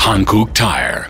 Hankook Tire.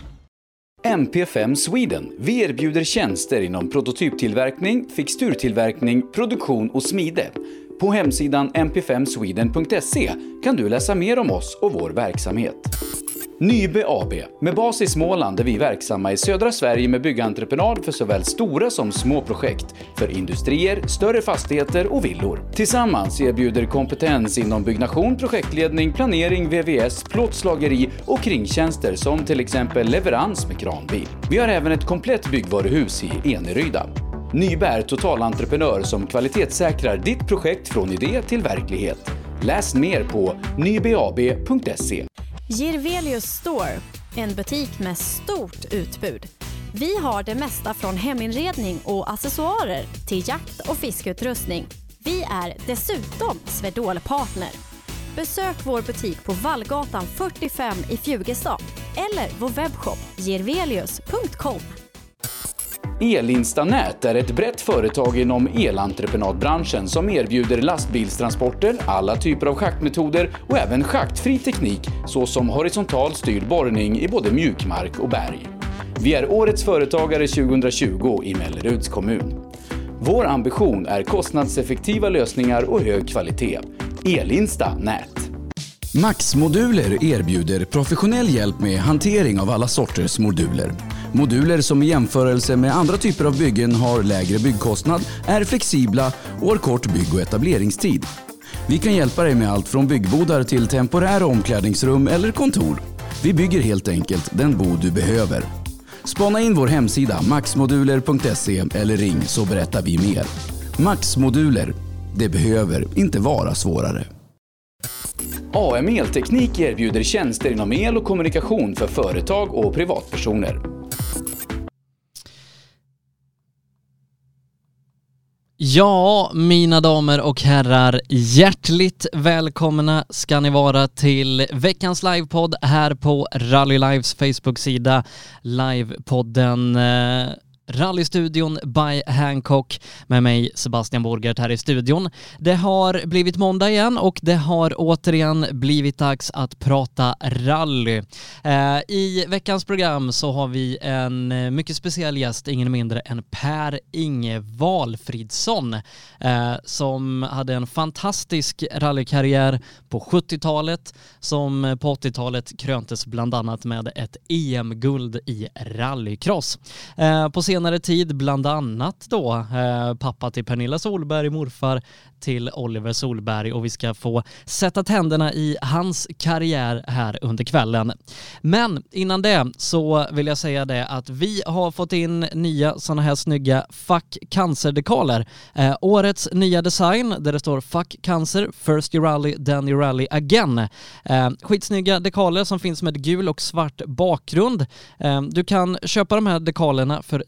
MP5 Sweden. Vi erbjuder tjänster inom prototyptillverkning, fixturtillverkning, produktion och smide. På hemsidan mp5sweden.se kan du läsa mer om oss och vår verksamhet. Nybe AB. Med bas i Småland är vi verksamma i södra Sverige med byggentreprenad för såväl stora som små projekt, för industrier, större fastigheter och villor. Tillsammans erbjuder kompetens inom byggnation, projektledning, planering, VVS, plåtslageri och kringtjänster som till exempel leverans med kranbil. Vi har även ett komplett byggvaruhus i Eneryda. Nybe är totalentreprenör som kvalitetssäkrar ditt projekt från idé till verklighet. Läs mer på nybeab.se. Jirvelius Store, en butik med stort utbud. Vi har det mesta från heminredning och accessoarer till jakt- och fiskeutrustning. Vi är dessutom Swedol-partner. Besök vår butik på Vallgatan 45 i Fjugestad eller vår webbshop jirvelius.com. Elinstanät är ett brett företag inom elentreprenadbranschen som erbjuder lastbilstransporter, alla typer av schaktmetoder och även schaktfri teknik såsom horisontal styrd borrning i både mjukmark och berg. Vi är årets företagare 2020 i Melleruds kommun. Vår ambition är kostnadseffektiva lösningar och hög kvalitet. Elinstanät. Max Moduler erbjuder professionell hjälp med hantering av alla sorters moduler. Moduler som i jämförelse med andra typer av byggen har lägre byggkostnad, är flexibla och har kort bygg- och etableringstid. Vi kan hjälpa dig med allt från byggbodar till temporära omklädningsrum eller kontor. Vi bygger helt enkelt den bod du behöver. Spana in vår hemsida maxmoduler.se eller ring så berättar vi mer. Max Moduler. Det behöver inte vara svårare. AM Elteknik erbjuder tjänster inom el och kommunikation för företag och privatpersoner. Ja, mina damer och herrar, hjärtligt välkomna ska ni vara till veckans livepodd här på Rally Lives Facebook-sida. Livepodden Rallystudion by Hankook med mig Sebastian Borgert här i studion. Det har blivit måndag igen och det har återigen blivit dags att prata rally. I veckans program så har vi en mycket speciell gäst, ingen mindre än Per-Inge Valfridsson, som hade en fantastisk rallykarriär på 70-talet som på 80-talet kröntes bland annat med ett EM-guld i rallycross. På senare tid bland annat då pappa till Pernilla Solberg, morfar till Oliver Solberg, och vi ska få sätta tänderna i hans karriär här under kvällen. Men innan det så vill jag säga det att vi har fått in nya såna här snygga Fuck Cancer-dekaler. Årets nya design där det står Fuck Cancer, First You Rally, Then You Rally Again. Skitsnygga dekaler som finns med gul och svart bakgrund. Du kan köpa de här dekalerna för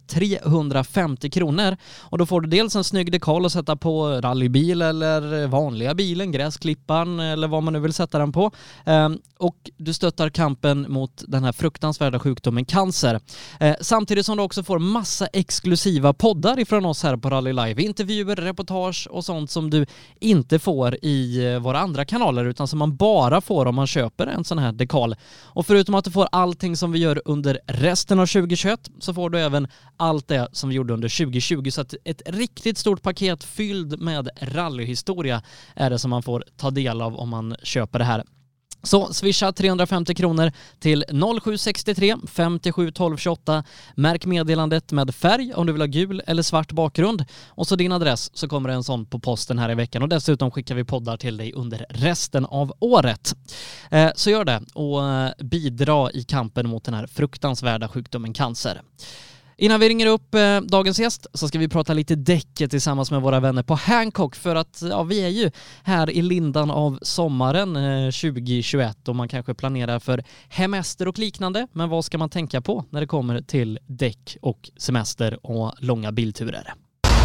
350 kronor och då får du dels en snygg dekal att sätta på rallybil eller vanliga bilen, gräsklippan eller vad man nu vill sätta den på. Och du stöttar kampen mot den här fruktansvärda sjukdomen cancer. Samtidigt som du också får massa exklusiva poddar ifrån oss här på Rally Live. Intervjuer, reportage och sånt som du inte får i våra andra kanaler utan som man bara får om man köper en sån här dekal. Och förutom att du får allting som vi gör under resten av 2021 så får du även allt det som vi gjorde under 2020. Så att ett riktigt stort paket fylld med rallyhistoria är det som man får ta del av om man köper det här. Så swisha 350 kronor till 0763 57 12 28. Märk meddelandet med färg om du vill ha gul eller svart bakgrund. Och så din adress så kommer det en sån på posten här i veckan. Och dessutom skickar vi poddar till dig under resten av året. Så gör det och bidra i kampen mot den här fruktansvärda sjukdomen cancer. Innan vi ringer upp dagens gäst så ska vi prata lite däck tillsammans med våra vänner på Hankook, för att vi är ju här i lindan av sommaren 2021 och man kanske planerar för hemester och liknande, men vad ska man tänka på när det kommer till däck och semester och långa bilturer?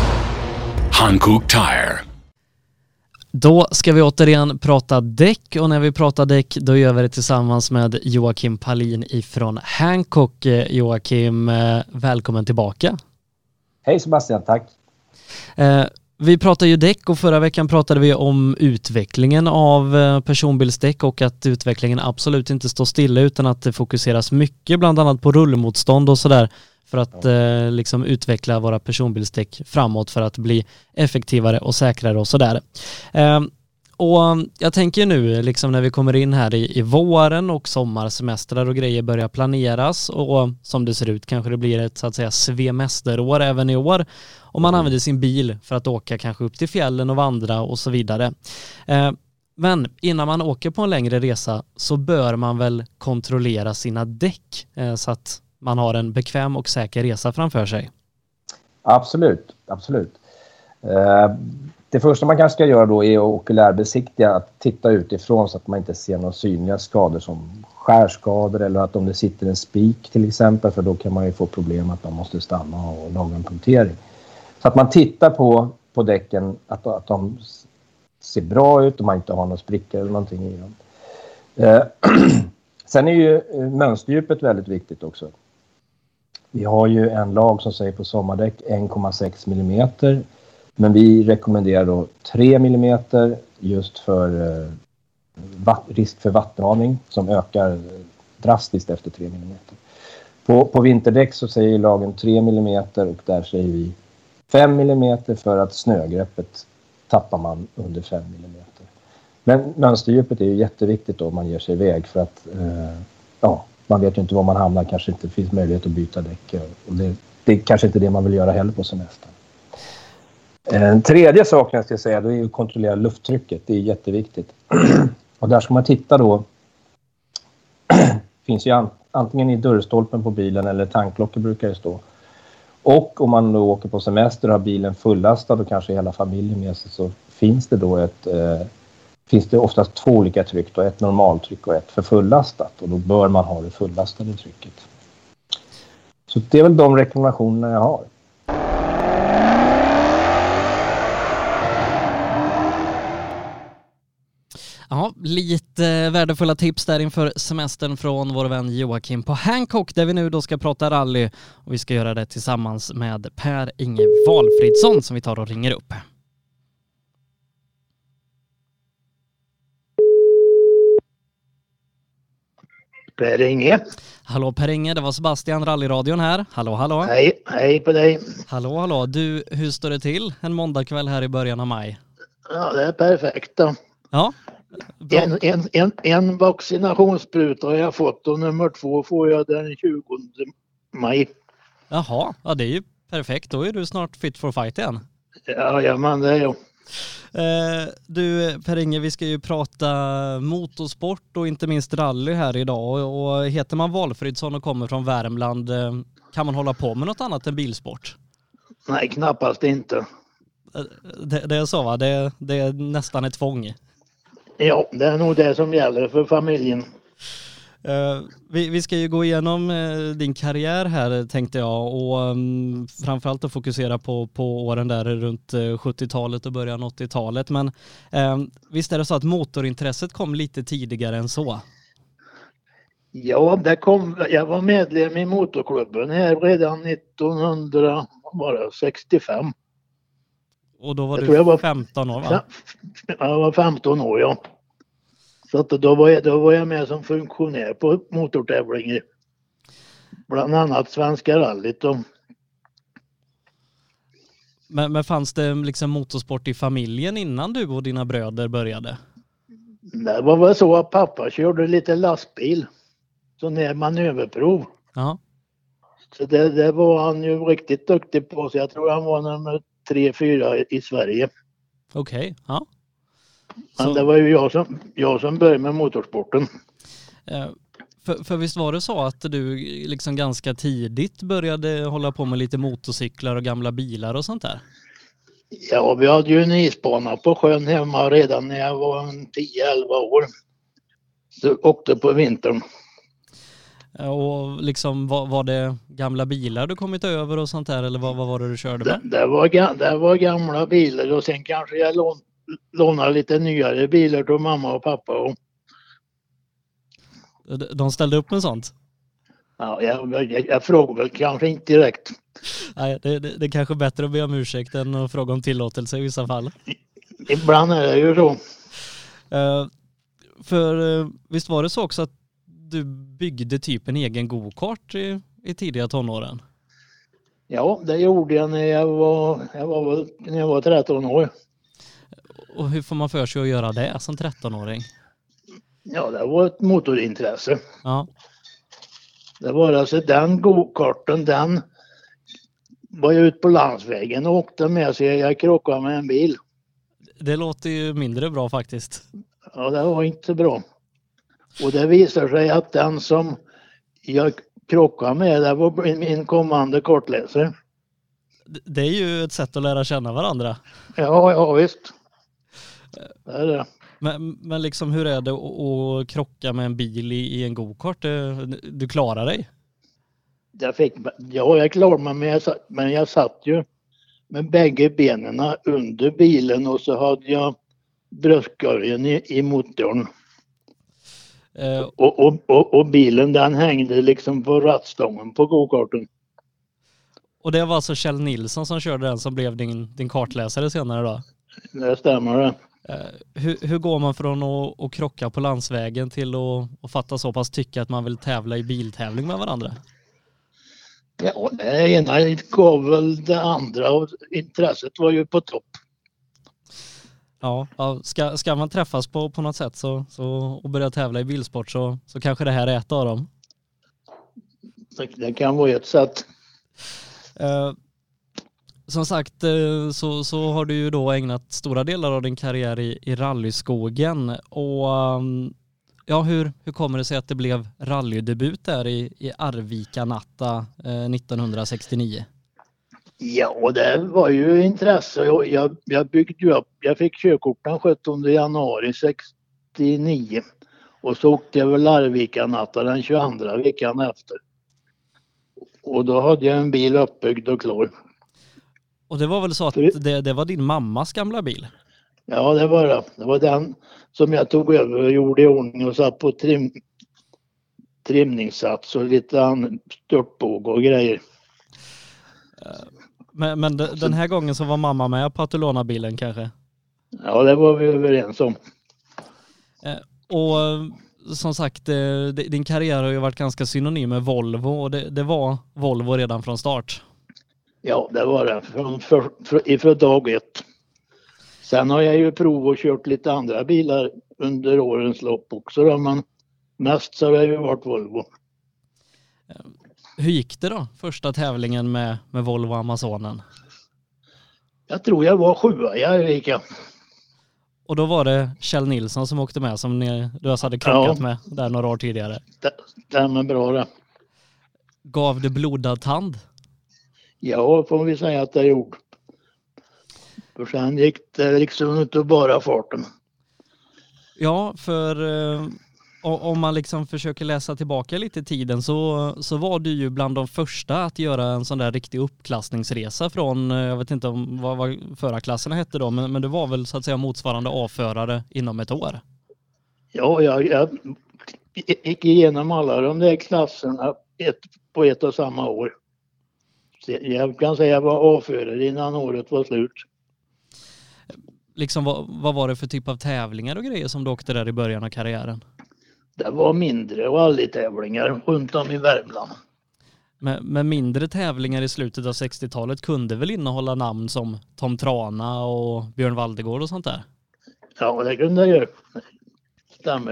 Hankook Tire. Då ska vi återigen prata däck, och när vi pratar däck då gör vi det tillsammans med Joakim Palin ifrån Hankook. Joakim, välkommen tillbaka. Hej Sebastian, tack. Vi pratar ju däck och förra veckan pratade vi om utvecklingen av personbilsdäck och att utvecklingen absolut inte står stilla utan att det fokuseras mycket bland annat på rullmotstånd och sådär för att liksom utveckla våra personbilsdäck framåt för att bli effektivare och säkrare och sådär. Och jag tänker nu liksom när vi kommer in här i våren och sommarsemestrar och grejer börjar planeras och som det ser ut kanske det blir ett så att säga svemesterår även i år och man använder sin bil för att åka kanske upp till fjällen och vandra och så vidare. Men innan man åker på en längre resa så bör man väl kontrollera sina däck så att man har en bekväm och säker resa framför sig. Absolut. Det första man kanske ska göra då är att okulärbesiktiga, att titta utifrån så att man inte ser några synliga skador som skärskador eller att om det sitter en spik till exempel, för då kan man ju få problem att man måste stanna och laga en punktering. Så att man tittar på däcken att de ser bra ut och man inte har några sprickor eller någonting i dem. Sen är ju mönsterdjupet väldigt viktigt också. Vi har ju en lag som säger på sommardäck 1,6 mm. Men vi rekommenderar då 3 mm just för risk för vattenaning som ökar drastiskt efter 3 mm. På vinterdäck så säger lagen 3 mm och där säger vi 5 mm för att snögreppet tappar man under 5 mm. Men mönsterdjupet är ju jätteviktigt då om man ger sig iväg för att man vet ju inte var man hamnar, kanske inte finns möjlighet att byta däck och det är kanske inte det man vill göra heller på semestern. En tredje sak jag ska säga då är att kontrollera lufttrycket. Det är jätteviktigt. Och där ska man titta då. Finns ju antingen i dörrstolpen på bilen eller tanklockor brukar det stå. Och om man då åker på semester och har bilen fullastad och kanske hela familjen med sig så finns det då finns det oftast 2 olika tryck då, ett normaltryck och ett för fullastat och då bör man ha det fullastade trycket. Så det är väl de rekommendationerna jag har. Ja, lite värdefulla tips där inför semestern från vår vän Joakim på Hancock där vi nu då ska prata rally och vi ska göra det tillsammans med Per-Inge Valfridsson som vi tar och ringer upp. Per-Inge. Hallå Per-Inge, det var Sebastian, rallyradion här. Hallå. Hej på dig. Hallå. Du, hur står det till en måndagkväll här i början av maj? Ja, det är perfekt då. Ja. En vaccinationsspruta har jag fått och nummer 2 får jag den 20 maj. Jaha, ja det är ju perfekt. Då är du snart fit for fight igen. Ja, men det är jag. Du Per-Inge, vi ska ju prata motorsport och inte minst rally här idag och heter man Valfridsson och kommer från Värmland kan man hålla på med något annat än bilsport? Nej, knappast inte. Det är så va? Det är nästan ett tvång. Ja, det är nog det som gäller för familjen. Vi ska ju gå igenom din karriär här tänkte jag och framförallt att fokusera på åren där runt 70-talet och början 80-talet. Men visst är det så att motorintresset kom lite tidigare än så? Ja, jag var medlem i motorklubben här redan 1965. Och då var du 15 år va? Jag var 15 år, ja. Så att då var jag med som funktionär på motortävlingar. Bland annat Svenska rallyt. Men fanns det liksom motorsport i familjen innan du och dina bröder började? Det var väl så att pappa körde lite lastbil. Så när manöverprov. Ja. Så det var han ju riktigt duktig på. Så jag tror han var nummer 3-4 i Sverige. Okej, ja. Men det var ju jag som började med motorsporten. För visst var det så att du liksom ganska tidigt började hålla på med lite motorcyklar och gamla bilar och sånt där? Ja, vi hade ju en isbana på sjön hemma redan när jag var 10-11 år. Så åkte på vintern. Och liksom var det gamla bilar du kommit över och sånt där eller vad var det du körde med? Det var gamla bilar och sen kanske jag lånade lite nyare bilar till mamma och pappa. De ställde upp med sånt? Ja, jag frågar väl kanske inte direkt. Nej, det är kanske bättre att be om ursäkt än att fråga om tillåtelse i vissa fall. Ibland är det ju så. Visst var det så också att du byggde typ en egen go-kart i tidiga tonåren? Ja, det gjorde jag när jag var 13 år. Och hur får man för sig att göra det som 13-åring? Ja, det var ett motorintresse. Ja. Det var alltså den go-karten, den var jag ute på landsvägen och åkte med så jag krockade med en bil. Det låter ju mindre bra faktiskt. Ja, det var inte bra. Och det visar sig att den som jag krockade med, det var min kommande kartläsare. Det är ju ett sätt att lära känna varandra. Ja visst. Det är det. Men liksom hur är det att krocka med en bil i en go-kart? Du klarar dig? Jag klarade mig, men jag satt ju med bägge benen under bilen och så hade jag bröstkorgen i motorn. Och bilen den hängde liksom på rattstången på go-karten. Och det var alltså Kjell Nilsson som körde den som blev din kartläsare senare då? Det stämmer det. Hur går man från att krocka på landsvägen till att fatta så pass tycka att man vill tävla i biltävling med varandra? Ja, det ena gav väl det andra och intresset var ju på topp. Ja, ska man träffas på något sätt så och börja tävla i bilsport så kanske det här är ett av dem. Det kan vara ett sätt. Som sagt så har du ju då ägnat stora delar av din karriär i rallyskogen och ja, hur kommer det sig att det blev rallydebut där i Arvika Natta 1969? Ja, det var ju intresse. Jag byggde ju upp. Jag fick körkort den 17 januari 69 och så åkte jag väl Arvika Natta den 22 veckan efter. Och då hade jag en bil uppbyggd och klar. Och det var väl så att det var din mammas gamla bil? Ja, det var det. Det var den som jag tog över och gjorde i ordning och satt på trimningssats och lite störtbåg och grejer. Men den här gången så var mamma med på att du lånade bilen kanske? Ja, det var vi överens om. Och som sagt, din karriär har ju varit ganska synonym med Volvo och det var Volvo redan från start. Ja, det var det. Från dag ett. Sen har jag ju provat och kört lite andra bilar under årens lopp också då, men mest så har det ju varit Volvo. Hur gick det då? Första tävlingen med Volvo Amazonen? Jag tror jag var 7 i Arvika. Och då var det Kjell Nilsson som åkte med som du hade krockat med där några år tidigare. Det är bra det. Gav det blodad tand? Ja, får vi säga att det gjorde. För sen gick det liksom inte bara farten. Ja, för om man liksom försöker läsa tillbaka lite i tiden så var du ju bland de första att göra en sån där riktig uppklassningsresa från, jag vet inte vad förarklasserna hette då, men det var väl så att säga motsvarande A-förare inom ett år. Ja, jag gick igenom alla de där klasserna på ett och samma år. Jag kan säga jag var A-förare innan året var slut. Liksom vad var det för typ av tävlingar och grejer som du åkte där i början av karriären? Det var mindre rallytävlingar runt om i Värmland. Men mindre tävlingar i slutet av 60-talet kunde väl innehålla namn som Tom Trana och Björn Valdegård och sånt där? Ja, det kunde jag göra. Stämmer.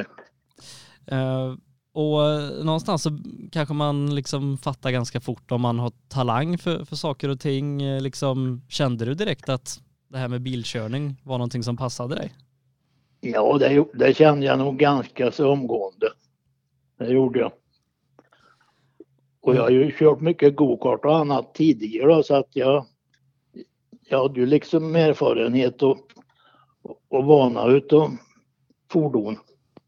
Och någonstans så kanske man liksom fattar ganska fort om man har talang för saker och ting. Liksom, kände du direkt att det här med bilkörning var någonting som passade dig? Ja, det kände jag nog ganska så omgående. Det gjorde jag. Och jag har ju kört mycket go-kart och annat tidigare då, så att jag hade ju liksom erfarenhet och vana utav fordon.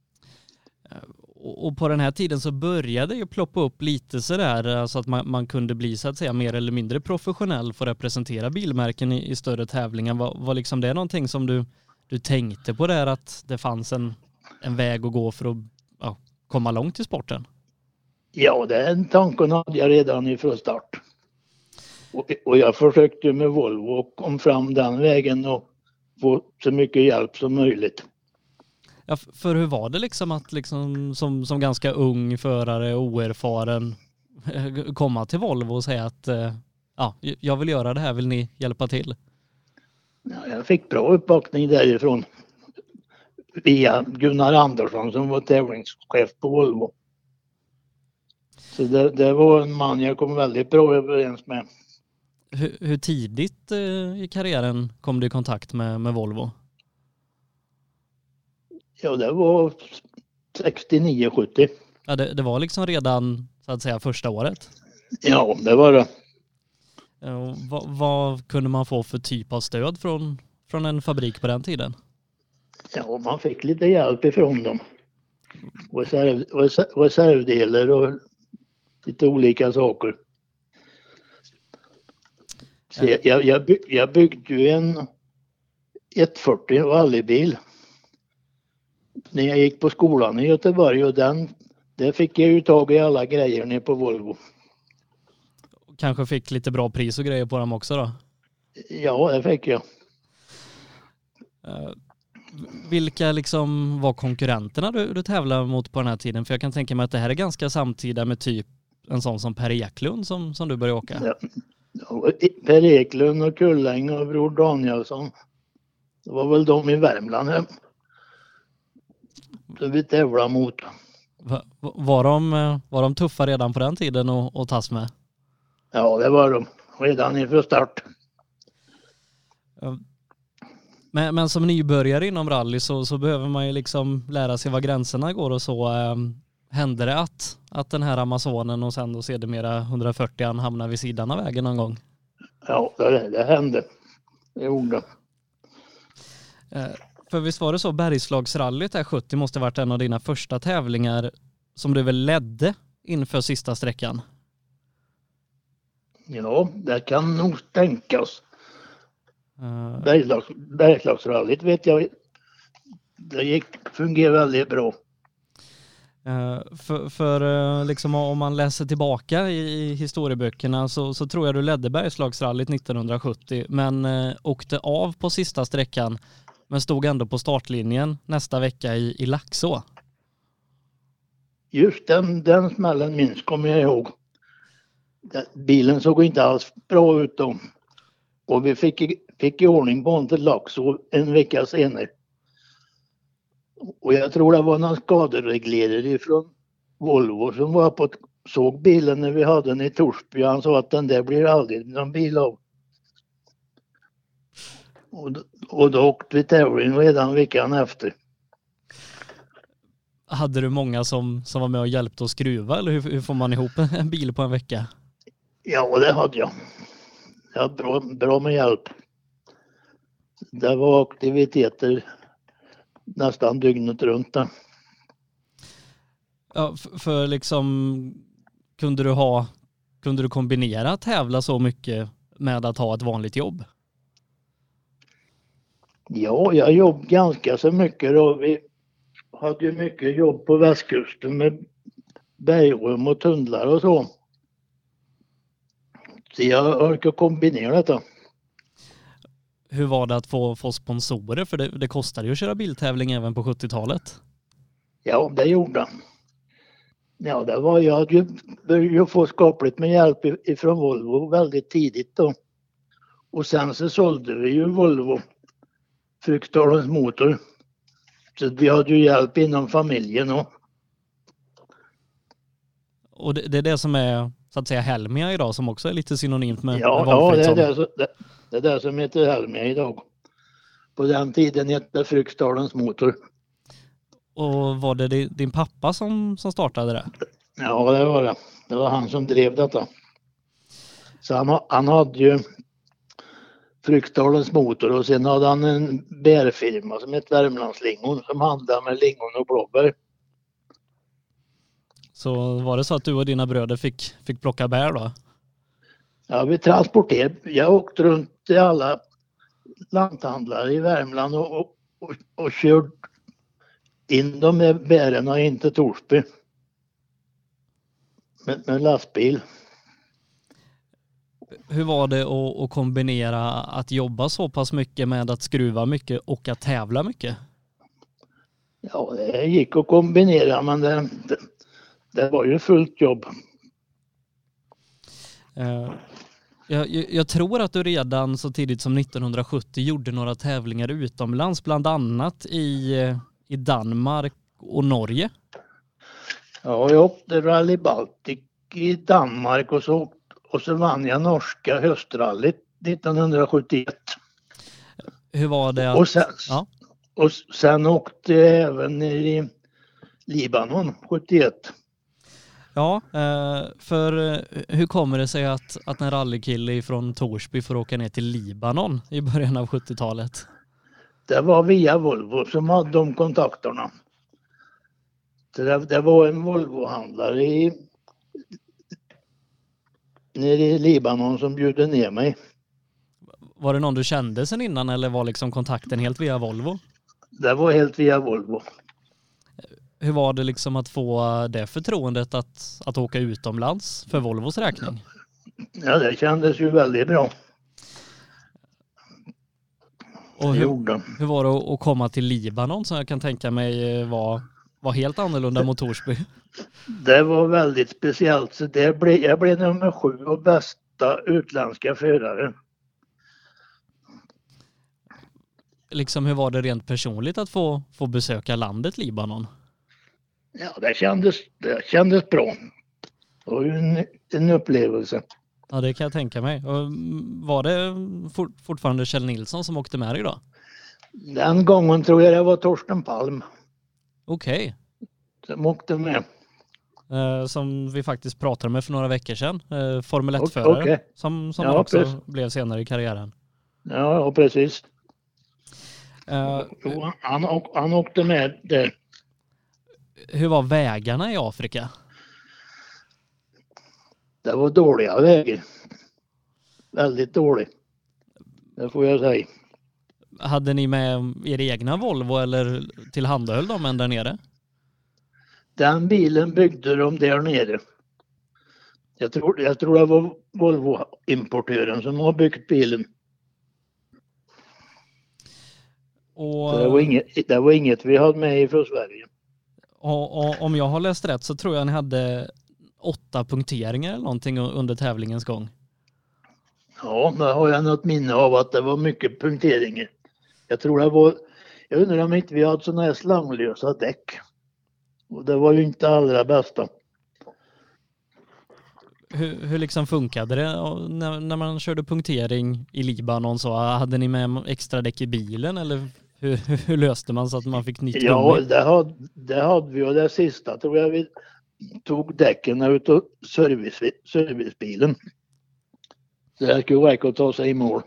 Och på den här tiden så började ju ploppa upp lite sådär så att man kunde bli så att säga mer eller mindre professionell för att representera bilmärken i större tävlingar. Var liksom det någonting som du tänkte på där, att det fanns en väg att gå för att komma långt i sporten? Ja, den tanken hade jag redan ifrån start. Och jag försökte med Volvo och kom fram den vägen och få så mycket hjälp som möjligt. Ja, för hur var det liksom att liksom som ganska ung förare, oerfaren, komma till Volvo och säga att ja, jag vill göra det här, vill ni hjälpa till? Ja, jag fick bra uppbackning därifrån via Gunnar Andersson som var tävlingschef på Volvo. Så det var en man jag kom väldigt bra överens med. Hur tidigt i karriären kom du i kontakt med Volvo? Ja, det var 69-70. Ja, det var liksom redan så att säga första året. Ja, det var det. Vad kunde man få för typ av stöd från en fabrik på den tiden? Ja, man fick lite hjälp ifrån dem. Reservdelar och lite olika saker. Så jag byggde ju en 140 rallybil när jag gick på skolan i Göteborg och där fick jag ju tag i alla grejer ner på Volvo. Kanske fick lite bra pris och grejer på dem också då? Ja, det fick jag. Vilka liksom var konkurrenterna du tävlade mot på den här tiden? För jag kan tänka mig att det här är ganska samtida med typ en sån som Per Eklund som du började åka. Ja, Per Eklund och Kulläng och Bror Danielsson. Det var väl de i Värmland här. Så vi tävlade mot. Var de tuffa redan på den tiden att tas med? Ja, det var de. Redan ifrån start. Men som nybörjare inom rally så behöver man ju liksom lära sig var gränserna går och så. Hände det att den här Amazonen och sen då sedermera 140an hamnar vid sidan av vägen någon gång? Ja, det hände. Det gjorde. För visst var det så, Bergslagsrallyt här 70 måste ha varit en av dina första tävlingar som du väl ledde inför sista sträckan? Ja, det kan nog tänkas. Bergslagsrallyt vet jag, det fungerar väldigt bra. För liksom om man läser tillbaka i historieböckerna så tror jag du ledde Bergslagsrallyt 1970 men åkte av på sista sträckan men stod ändå på startlinjen nästa vecka i Laxå. Just den smällen minns kommer jag ihåg. Bilen såg inte alls bra ut då. Och vi fick i ordning på till Laxå en vecka senare. Och jag tror det var någon skadereglerare ifrån Volvo som var på såg bilen när vi hade den i Torsby. Han sa att den där blir aldrig någon bil av. Och då åkte vi tävling redan veckan efter. Hade du många som var med och hjälpte att skruva eller hur får man ihop en bil på en vecka? Ja, det hade jag. Jag hade bra med hjälp. Det var aktiviteter nästan dygnet runt där. Ja, för liksom kunde du kombinera att tävla så mycket med att ha ett vanligt jobb? Ja, jag jobbade ganska så mycket och vi hade ju mycket jobb på västkusten med bergrum och tunnlar och så. Så jag orkar kombinera detta. Hur var det att få sponsorer? För det kostade ju att köra biltävling även på 70-talet. Ja, det gjorde han. Ja, jag hade ju börjat få skapligt med hjälp ifrån Volvo väldigt tidigt då. Och sen så sålde vi ju Volvo Fryksdalens motor. Så vi hade ju hjälp inom familjen och. Och det är det som är så att säga Helmia idag som också är lite synonymt med Ja, det är det som heter Helmia idag. På den tiden hette Fryksdalens motor. Och var det din pappa som startade det? Ja, det var det. Det var han som drev detta. Så han hade ju Fryksdalens motor och sen hade han en bärfirma som hette Värmlandslingon som handlade med lingon och blåbär. Så var det så att du och dina bröder fick plocka bär då? Ja, vi transporterade. Jag åkte runt till alla lanthandlare i Värmland och kört in de med bären in till Torsby. med lastbil. Hur var det att kombinera att jobba så pass mycket med att skruva mycket och att tävla mycket? Ja, det gick att kombinera, men det var ju fullt jobb. Jag tror att du redan så tidigt som 1970 gjorde några tävlingar utomlands, bland annat i Danmark och Norge. Ja, jag åkte Rally Baltic i Danmark och så vann jag norska höstrallyt 1971. Hur var det? Och sen åkte jag även ner i Libanon 71. Ja, för hur kommer det sig att en rallykille från Torsby får åka ner till Libanon i början av 70-talet? Det var via Volvo som hade de kontakterna. Det var en Volvo-handlare nere i Libanon som bjöd ner mig. Var det någon du kände sen innan eller var liksom kontakten helt via Volvo? Det var helt via Volvo. Hur var det liksom att få det förtroendet att åka utomlands för Volvos räkning? Ja, det kändes ju väldigt bra. Och hur var det att komma till Libanon som jag kan tänka mig var helt annorlunda mot Torsby? Det var väldigt speciellt. Så jag blev nummer 7 och bästa utländska förare. Liksom hur var det rent personligt att få besöka landet Libanon? Ja, det kändes bra. Det var ju en upplevelse. Ja, det kan jag tänka mig. Och var det fortfarande Kjell Nilsson som åkte med dig då? Den gången tror jag det var Torsten Palm. Okej. Som åkte med. Som vi faktiskt pratade med för några veckor sedan. Formel 1-förare. Okay. Som ja, också precis. blev senare i karriären. Ja, precis. Han åkte med där. Hur var vägarna i Afrika? Det var dåliga vägar. Väldigt dåligt. Det får jag säga. Hade ni med er egna Volvo eller tillhandahöll de än där nere? Den bilen byggde de där nere. Jag tror det var Volvo-importören som har byggt bilen. Och det var inget vi hade med ifrån Sverige. Och om jag har läst rätt så tror jag ni hade 8 punkteringar eller någonting under tävlingens gång. Ja, där har jag något minne av att det var mycket punkteringar. Jag undrar om inte vi hade sådana här slanglösa däck. Och det var ju inte allra bästa. Hur liksom funkade det när man körde punktering i Libanon? Så hade ni med extra däck i bilen eller hur löste man så att man fick nytt gummi? Ja, det hade vi och det sista tror jag vi tog däcken ut och servicebilen. Så det skulle räcka att ta sig i mål.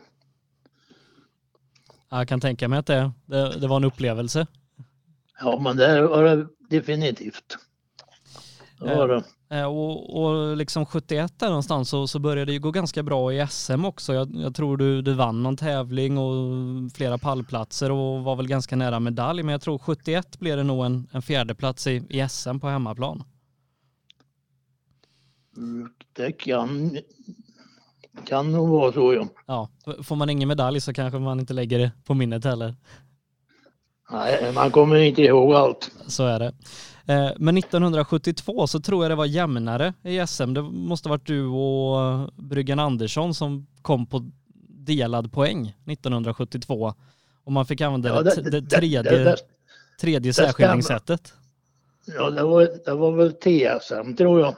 Jag kan tänka mig att det var en upplevelse. Ja, men det var det definitivt. Det var det. Och liksom 71 där någonstans så började det ju gå ganska bra i SM också. Jag tror du vann någon tävling och flera pallplatser och var väl ganska nära medalj. Men jag tror 71 blev det nog en fjärdeplats i SM på hemmaplan. Det kan nog vara så, ja. Ja, får man ingen medalj så kanske man inte lägger det på minnet heller. Nej, man kommer inte ihåg allt. Så är det. Men 1972 så tror jag det var jämnare i SM. Det måste ha varit du och Bryggan Andersson som kom på delad poäng 1972. Och man fick använda det tredje särskiljningssättet. Ja, det var väl TSM tror jag.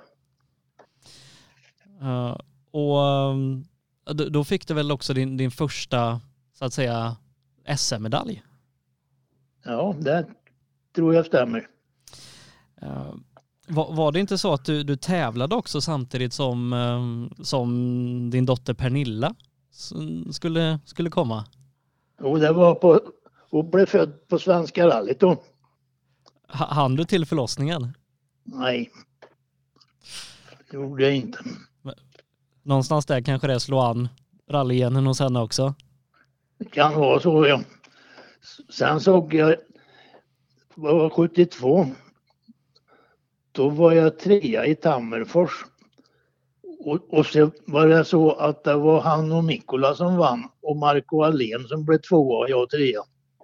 Och då fick du väl också din första, så att säga, SM-medalj? Ja, det tror jag stämmer. Var det inte så att du tävlade också samtidigt som din dotter Pernilla skulle komma? Jo, det var hon blev född på Svenska rallyt då. Hann du till förlossningen? Nej, det gjorde jag inte. Någonstans där kanske det slår an rallygenen hos henne också? Det kan vara så, ja. Sen såg jag, var 72. Då var jag 3 i Tammerfors Och så var det så att det var han och Mikkola som vann och Marco Allén som blev 2 och jag 3.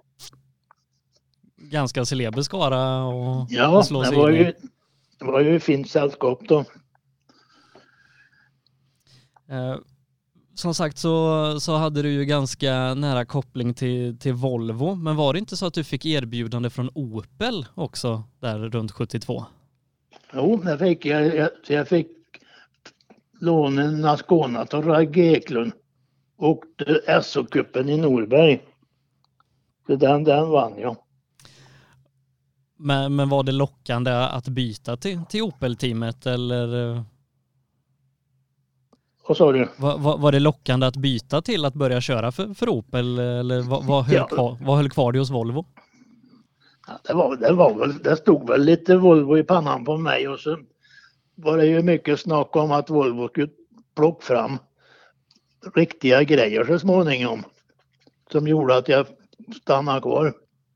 Ganska celeber skara och Ja, slå sig det var in i. det var ju ett fint sällskap då. Som sagt så hade du ju ganska nära koppling till Volvo, men var det inte så att du fick erbjudande från Opel också där runt 72? Jo, det fick jag. Jag fick låna en Ascona till Ragge Eklund och SO-cupen i Norberg. Så den vann jag. Men var det lockande att byta till Opel-teamet eller? Vad sa du? Var det lockande att byta till att börja köra för Opel eller vad höll kvar dig hos Volvo? Ja, det stod väl lite Volvo i pannan på mig och så var det ju mycket snack om att Volvo skulle plocka fram riktiga grejer så småningom som gjorde att jag stannade kvar.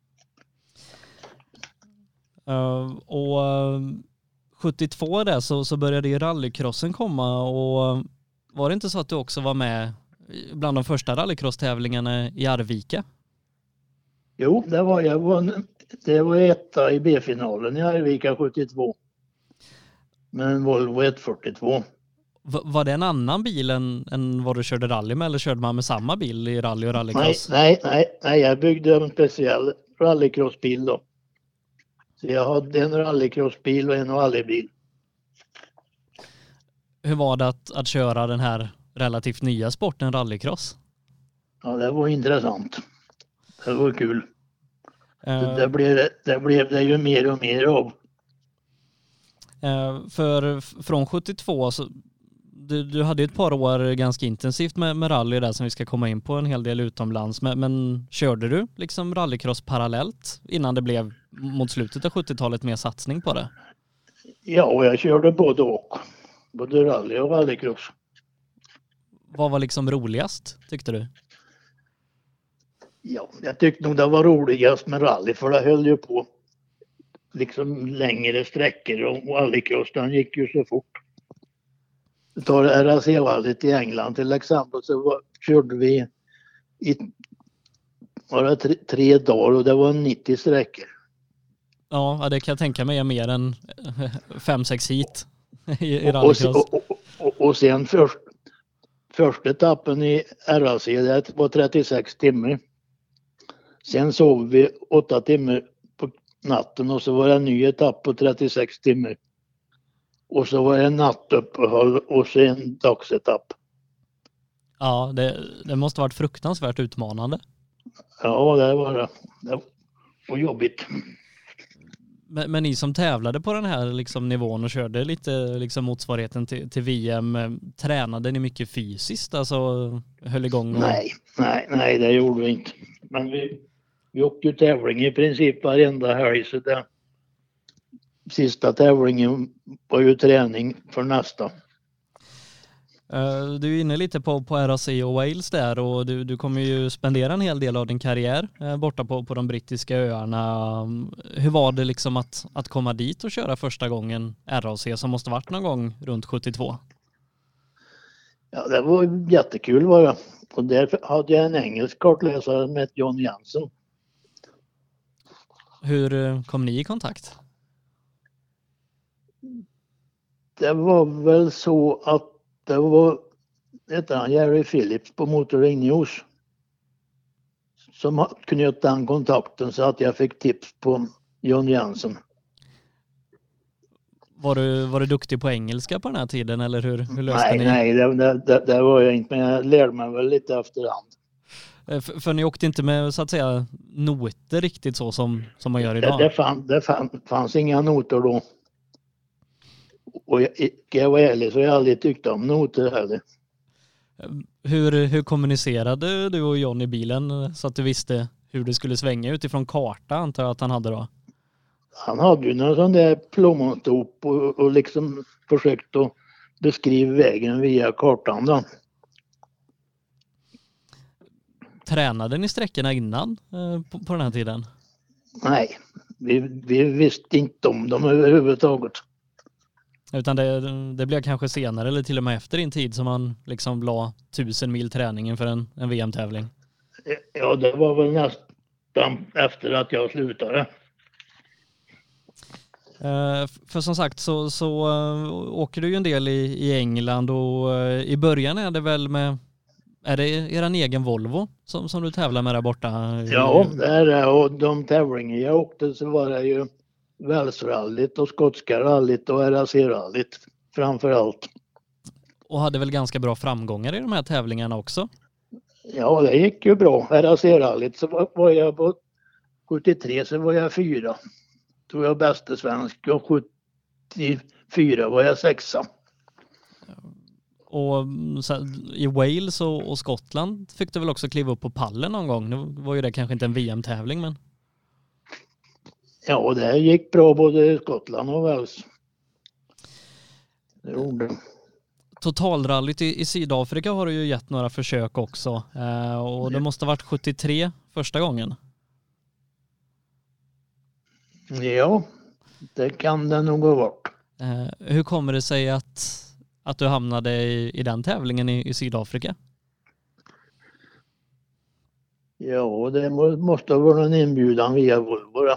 Och 72 där så började ju rallycrossen komma och var det inte så att du också var med bland de första rallycross-tävlingarna i Arvika? Jo, det var etta i B-finalen i Arvika 72. Med en Volvo 142. Var det en annan bil än vad du körde rally med eller körde man med samma bil i rally och rallycross? Nej, jag byggde en speciell rallycrossbil då. Så jag hade en rallycrossbil och en rallybil. Hur var det att köra den här relativt nya sporten rallycross? Ja, det var intressant. Det var kul. Det blev det ju mer och mer av. För från 72 så du hade ett par år ganska intensivt med rally där som vi ska komma in på en hel del utomlands. Men körde du liksom rallycross parallellt innan det blev mot slutet av 70-talet mer satsning på det? Ja, och jag körde både och. Både rally och rallycross. Vad var liksom roligast tyckte du? Ja, jag tyckte nog det var roligast med rally för det höll ju på liksom längre sträckor och rallycross den gick ju så fort. Tar RAC-rallyt i England till exempel så körde vi i bara 3 dagar och det var 90 sträckor. Ja, det kan jag tänka mig är mer än 5-6 hit i rallycross. Och sen första etappen i RAC det var 36 timmar. Sen sov vi 8 timmar på natten och så var det en ny etapp på 36 timmar. Och så var det en nattuppehåll och så en dagsetapp. Ja, det måste ha varit fruktansvärt utmanande. Ja, det var det. Det var jobbigt. Men ni som tävlade på den här liksom nivån och körde lite liksom motsvarigheten till VM, tränade ni mycket fysiskt? Alltså höll igång? Nej, det gjorde vi inte. Men vi åkte ju tävling i princip varenda helg så det sista tävlingen var ju träning för nästa. Du är inne lite på RAC och Wales där och du kommer ju spendera en hel del av din karriär borta på de brittiska öarna. Hur var det liksom att komma dit och köra första gången RAC som måste varit någon gång runt 72? Ja, det var jättekul var det. Och därför hade jag en engelsk kartläsare med John Jensen. Hur kom ni i kontakt? Det var väl så att det var Jerry Phillips på Motoring News som knöt den kontakten så att jag fick tips på John Jensen. Var du duktig på engelska på den här tiden eller hur löste ni? Nej, det var jag inte, men jag lärde mig väl lite efterhand. För ni åkte inte med så att säga noter riktigt så som man gör idag? Det fanns inga noter då. Och jag var ärlig så jag aldrig tyckte om noter heller. Hur kommunicerade du och John i bilen så att du visste hur det skulle svänga utifrån karta antar jag att han hade då? Han hade ju någon sån där plommonstop och liksom försökt att beskriva vägen via kartan då. Tränade ni sträckorna innan på den här tiden? Nej, vi visste inte om dem överhuvudtaget. Utan det blev kanske senare eller till och med efter din tid som man liksom la 1000 mil träning inför en VM-tävling. Ja, det var väl nästan efter att jag slutade. För som sagt så åker du ju en del i England och i början är det väl med, är det eran egen Volvo som du tävlar med där borta? Ja, det är det, och de tävlingar jag åkte så var det ju Wales-rallyt och skotska rallyt och RAC-rallyt framför allt. Och hade väl ganska bra framgångar i de här tävlingarna också? Ja, det gick ju bra. RAC-rallyt så var jag på 73 så var jag 4. Då var jag bäste svensk och 74 var jag 6. Och så, i Wales och Skottland fick du väl också kliva upp på pallen någon gång? Nu var ju det kanske inte en VM-tävling men... Ja, det gick bra både i Skottland och Wales. Det gjorde det. Totalrallyt i Sydafrika har du ju gett några försök också. Och det måste ha varit 73 första gången. Ja, det kan det nog ha varit. Hur kommer det sig att du hamnade i den tävlingen i Sydafrika? Ja, det måste vara en inbjudan via Volvo då.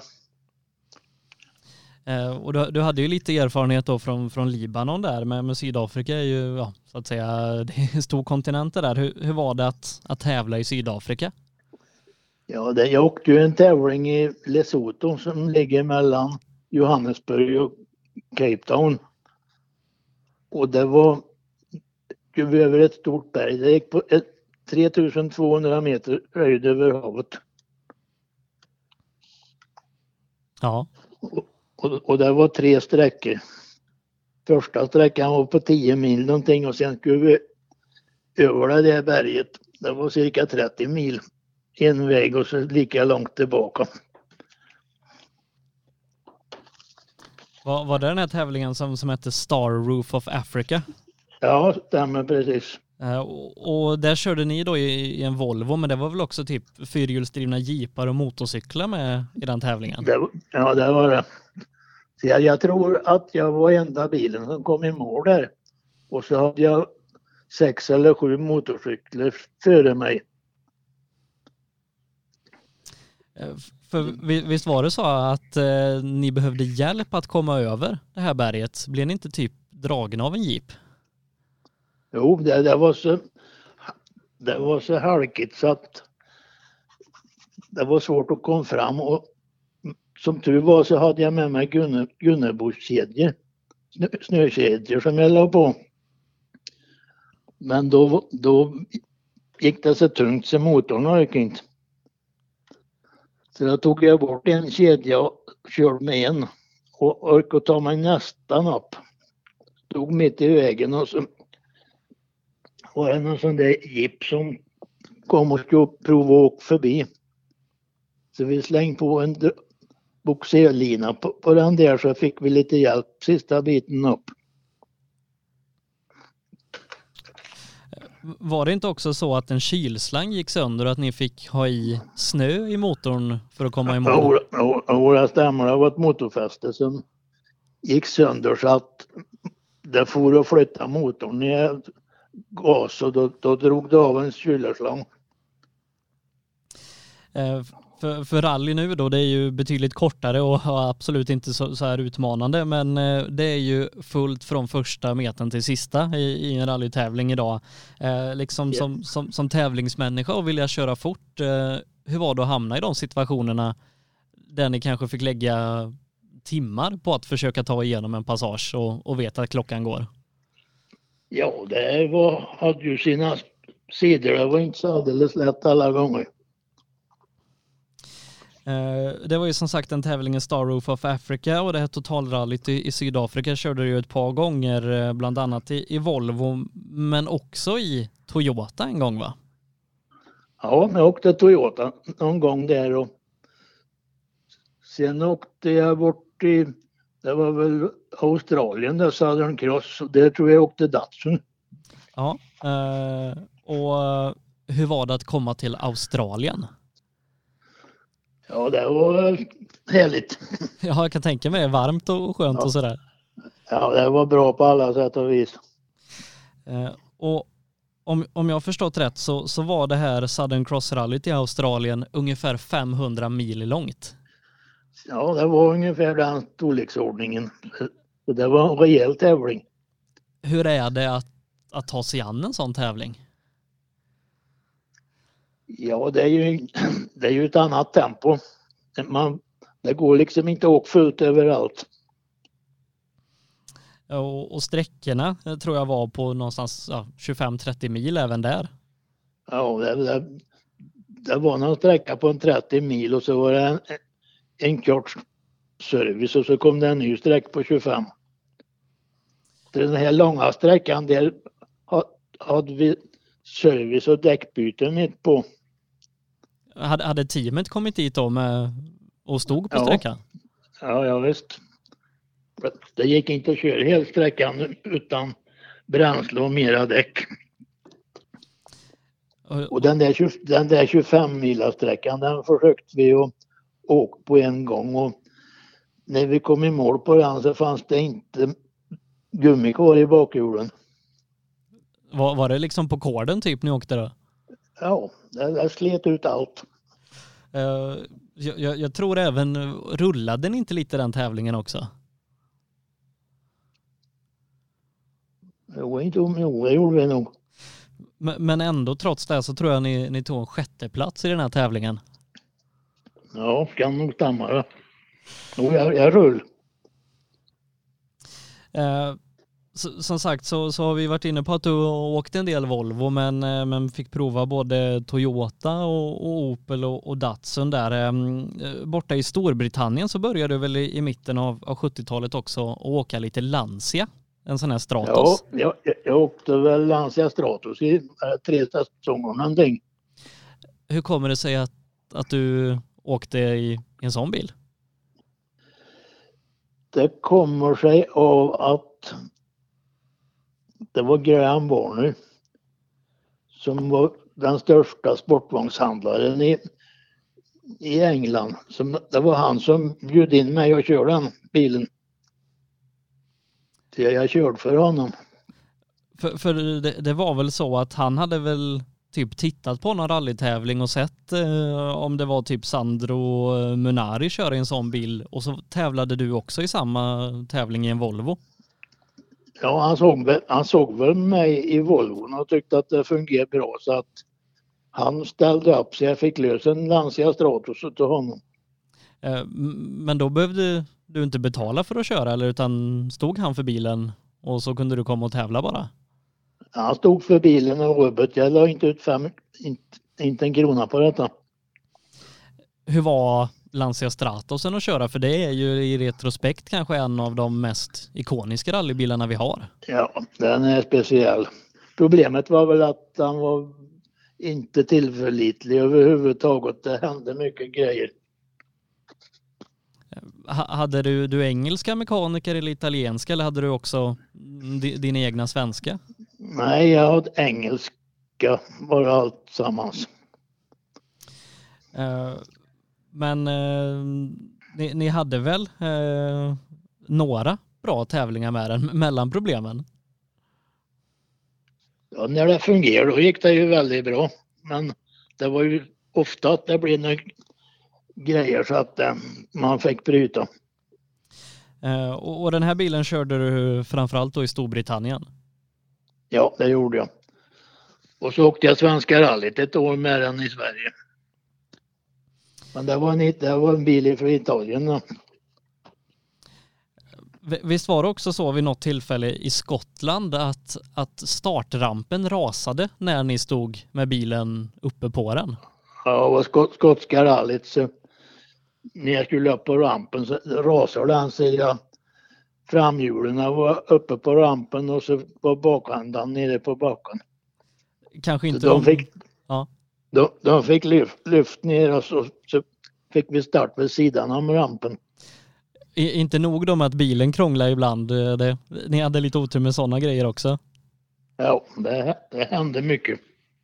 Och du hade ju lite erfarenhet då från Libanon där, men Sydafrika är ju, ja, så att säga, det är en stor kontinent där. Hur var det att tävla i Sydafrika? Ja, jag åkte ju en tävling i Lesotho som ligger mellan Johannesburg och Cape Town. Och det var ju över ett stort berg. Det gick på 3200 meter höjd över havet. Ja. Och det var 3 sträckor. Första sträckan var på 10 mil någonting och sen skulle vi över det där berget. Det var cirka 30 mil en väg och så lika långt tillbaka. Var det den här tävlingen som hette Star Roof of Africa? Ja, stämmer precis. Och där körde ni då i en Volvo, men det var väl också typ fyrhjulsdrivna jeepar och motorcyklar med i den tävlingen? Ja, det var det. Så jag tror att jag var enda bilen som kom i mål där. Och så hade jag 6 eller 7 motorcyklar före mig. För visst var det så att ni behövde hjälp att komma över det här berget? Blev ni inte typ dragna av en jeep? Jo, det var så halkigt så att det var svårt att komma fram. Och som tur var så hade jag med mig Gunnebokedjor, snökedjor som jag la på. Men då gick det så tungt så motorn orkade inte. Så då tog jag bort en kedja och körde med en och orkade ta mig nästan upp. Stod mitt i vägen och så var det någon sån där jeep som kom och skulle prova att åka förbi. Så vi slängde på en boxerlina på den där så fick vi lite hjälp sista biten upp. Var det inte också så att en kylslang gick sönder och att ni fick ha i snö i motorn för att komma i mål? Ja, det stämmer. Det var ett motorfäste som gick sönder så att det for att flytta motorn i gas och då drog det av en kylerslang. För rally nu då, det är ju betydligt kortare och absolut inte så här utmanande, men det är ju fullt från första metern till sista i en rallytävling idag. Liksom som tävlingsmänniska och vilja köra fort, hur var det att hamna i de situationerna där ni kanske fick lägga timmar på att försöka ta igenom en passage och veta att klockan går? Ja, det hade ju sina sidor. Det var inte så alldeles lätt alla gånger. Det var ju som sagt en tävling i Star Roof of Africa och det här totalrallyt i Sydafrika körde du ju ett par gånger, bland annat i Volvo men också i Toyota en gång, va? Ja, jag åkte Toyota någon gång där och sen åkte jag bort det var väl Australien där, Southern Cross, och där tror jag åkte Datsun. Ja, och hur var det att komma till Australien? Ja, det var härligt. Ja, jag kan tänka mig varmt och skönt och sådär. Ja, det var bra på alla sätt och vis. Och om jag har förstått rätt så var det här Southern Cross Rallyt i Australien ungefär 500 mil långt. Ja, det var ungefär den storleksordningen. Det var en rejäl tävling. Hur är det att ta sig an en sån tävling? Ja, det är ju ett annat tempo. Det går liksom inte att åka fullt överallt. Och sträckorna tror jag var på någonstans 25-30 mil även där. Ja, det var någon sträcka på en 30 mil och så var det en kort service och så kom det en ny sträcka på 25. Den här långa sträckan där hade vi service och däckbyten mitt på. Hade teamet kommit dit då och stod på sträckan? Ja, visst. Det gick inte att köra hela sträckan utan bränsle och mera däck. Och den där 25 mila sträckan, den försökte vi att åka på en gång och när vi kom i mål på den så fanns det inte gummi kvar i bakhjulen. Var det liksom på korden typ ni åkte då? Ja, det slet ut allt. Jag tror även, rullade ni inte lite den tävlingen också? Jo, det gjorde vi nog. Men ändå trots det så tror jag ni tog en 6:e plats i den här tävlingen. Ja, kan nog stämma det. Jag rull. Som sagt så har vi varit inne på att du åkte en del Volvo men fick prova både Toyota och Opel och Datsun där. Borta i Storbritannien så började du väl i mitten av 70-talet också att åka lite Lancia, en sån här Stratos. Ja, jag åkte väl Lancia Stratos i 3 säsonger någonting. Hur kommer det sig att du åkte i en sån bil? Det kommer sig av att det var Graham Warner som var den största sportvagnshandlaren i England. Det var han som bjöd in mig att köra den bilen. Så jag körde för honom. För det var väl så att han hade väl typ tittat på någon rallytävling och sett om det var typ Sandro Munari köra i en sån bil och så tävlade du också i samma tävling i en Volvo. Ja, han såg väl mig i Volvon och tyckte att det fungerade bra så att han ställde upp så jag fick lösa en Lancia Stratos till honom. Men då behövde du inte betala för att köra eller utan stod han för bilen och så kunde du komma och tävla bara? Han stod för bilen och rubbet. Jag la inte ut inte en krona på detta. Hur var Lancia Stratosen att köra? För det är ju i retrospekt kanske en av de mest ikoniska rallybilarna vi har. Ja, den är speciell. Problemet var väl att han var inte tillförlitlig överhuvudtaget. Det hände mycket grejer. Hade du engelska mekaniker eller italienska eller hade du också din egna svenska? Nej, jag hade engelska bara allt sammans. Men ni hade väl några bra tävlingar med den mellan problemen? Ja, när det fungerade då gick det ju väldigt bra. Men det var ju ofta att det blev några grejer så att man fick bryta. Och den här bilen körde du framförallt då i Storbritannien? Ja, det gjorde jag. Och så åkte jag Svenska rallyt ett år med den i Sverige. Men det var en bil från Italien då. Visst var det också så vid något tillfälle i Skottland att startrampen rasade när ni stod med bilen uppe på den? Ja, det var skotska rallyt så när jag skulle upp på rampen så rasade den så framhjulen var uppe på rampen och så var bakhändan nere på backen. Kanske inte de fick lyft ner och så fick vi start vid sidan om rampen. Inte nog då med att bilen krånglar ibland. Ni hade lite otur med sådana grejer också. Ja, det hände mycket.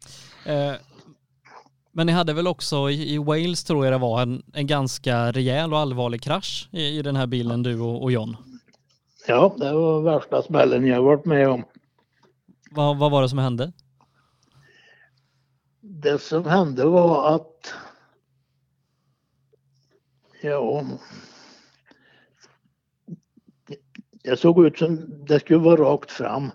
Men ni hade väl också i Wales tror jag det var en ganska rejäl och allvarlig krasch i den här bilen du och John? Ja, det var värsta smällen jag varit med om. Vad var det som hände? Det som hände var att det såg ut som det skulle vara rakt fram.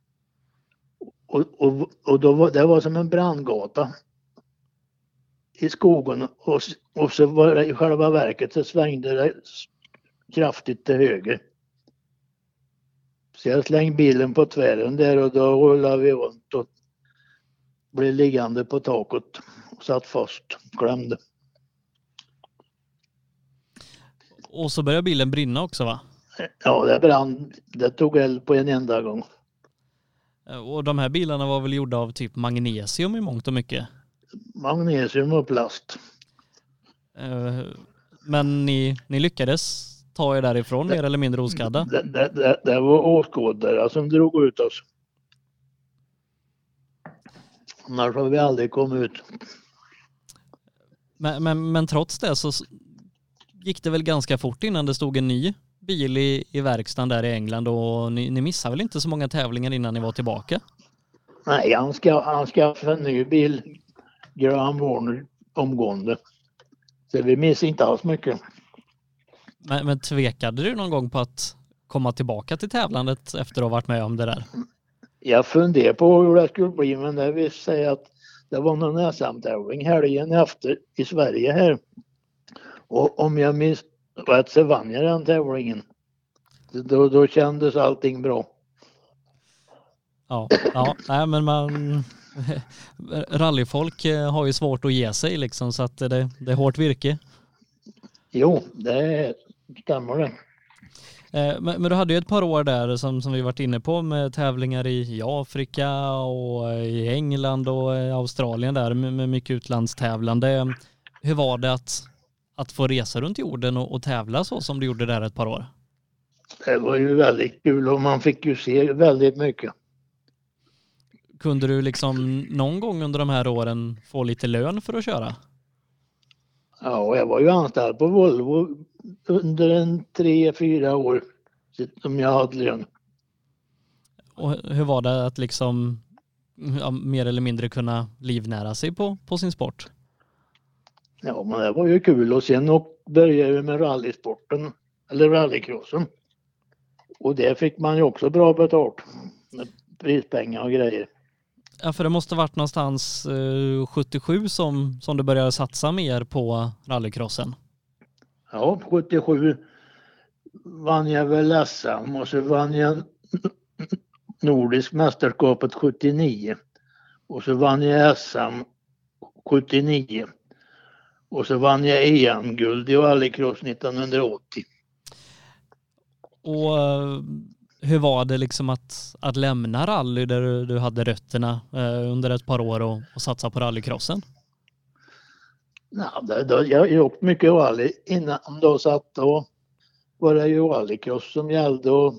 Och det var som en brandgata i skogen och så var det i själva verket så svängde det kraftigt till höger. Så jag slängde bilen på tvären där och då rullade vi runt och blev liggande på taket och satt fast, klämde. Och så började bilen brinna också, va? Ja, det brann. Det tog eld på en enda gång. Och de här bilarna var väl gjorda av typ magnesium i mångt och mycket? Magnesium och plast. Men ni lyckades ta er därifrån mer eller mindre oskadda? Det var åskådare som drog ut oss. Annars har vi aldrig kommit ut. Men trots det så gick det väl ganska fort innan det stod en ny bil i verkstaden där i England och ni missade väl inte så många tävlingar innan ni var tillbaka? Nej, han skaffade en ny bil, Graham Warner, omgående. Så vi missade inte alls mycket. Men tvekade du någon gång på att komma tillbaka till tävlandet efter att ha varit med om det där? Jag funderade på hur det skulle bli, men det visste sig att det var någon SM-tävling helgen efter i Sverige här. Och om jag minns rätt så vann jag den tävlingen. Då kändes allting bra. Ja, nej, men rallyfolk har ju svårt att ge sig liksom, så att det är hårt virke. Jo, det stämmer det. Men du hade ju ett par år där som vi varit inne på med tävlingar i Afrika och i England och Australien där med mycket utlandstävlande. Hur var det att få resa runt jorden och tävla så som du gjorde där ett par år? Det var ju väldigt kul och man fick ju se väldigt mycket. Kunde du liksom någon gång under de här åren få lite lön för att köra? Ja, jag var ju anställd på Volvo under 3-4 år som jag hade lön. Och hur var det att liksom mer eller mindre kunna livnära sig på sin sport? Ja, men det var ju kul och sen började jag med rallysporten eller rallycrossen. Och det fick man ju också bra betalt med prispengar och grejer. Ja, för det måste varit någonstans 77 som du började satsa mer på rallycrossen. Ja, 77 vann jag väl SM och så vann jag Nordisk mästerskapet 79. Och så vann jag SM 79. Och så vann jag EM-guld i rallycross 1980. Och hur var det liksom att lämna rally där du hade rötterna under ett par år och satsa på rallycrossen? Jag har gjort mycket rally innan då satt och var det ju rallycross som gällde och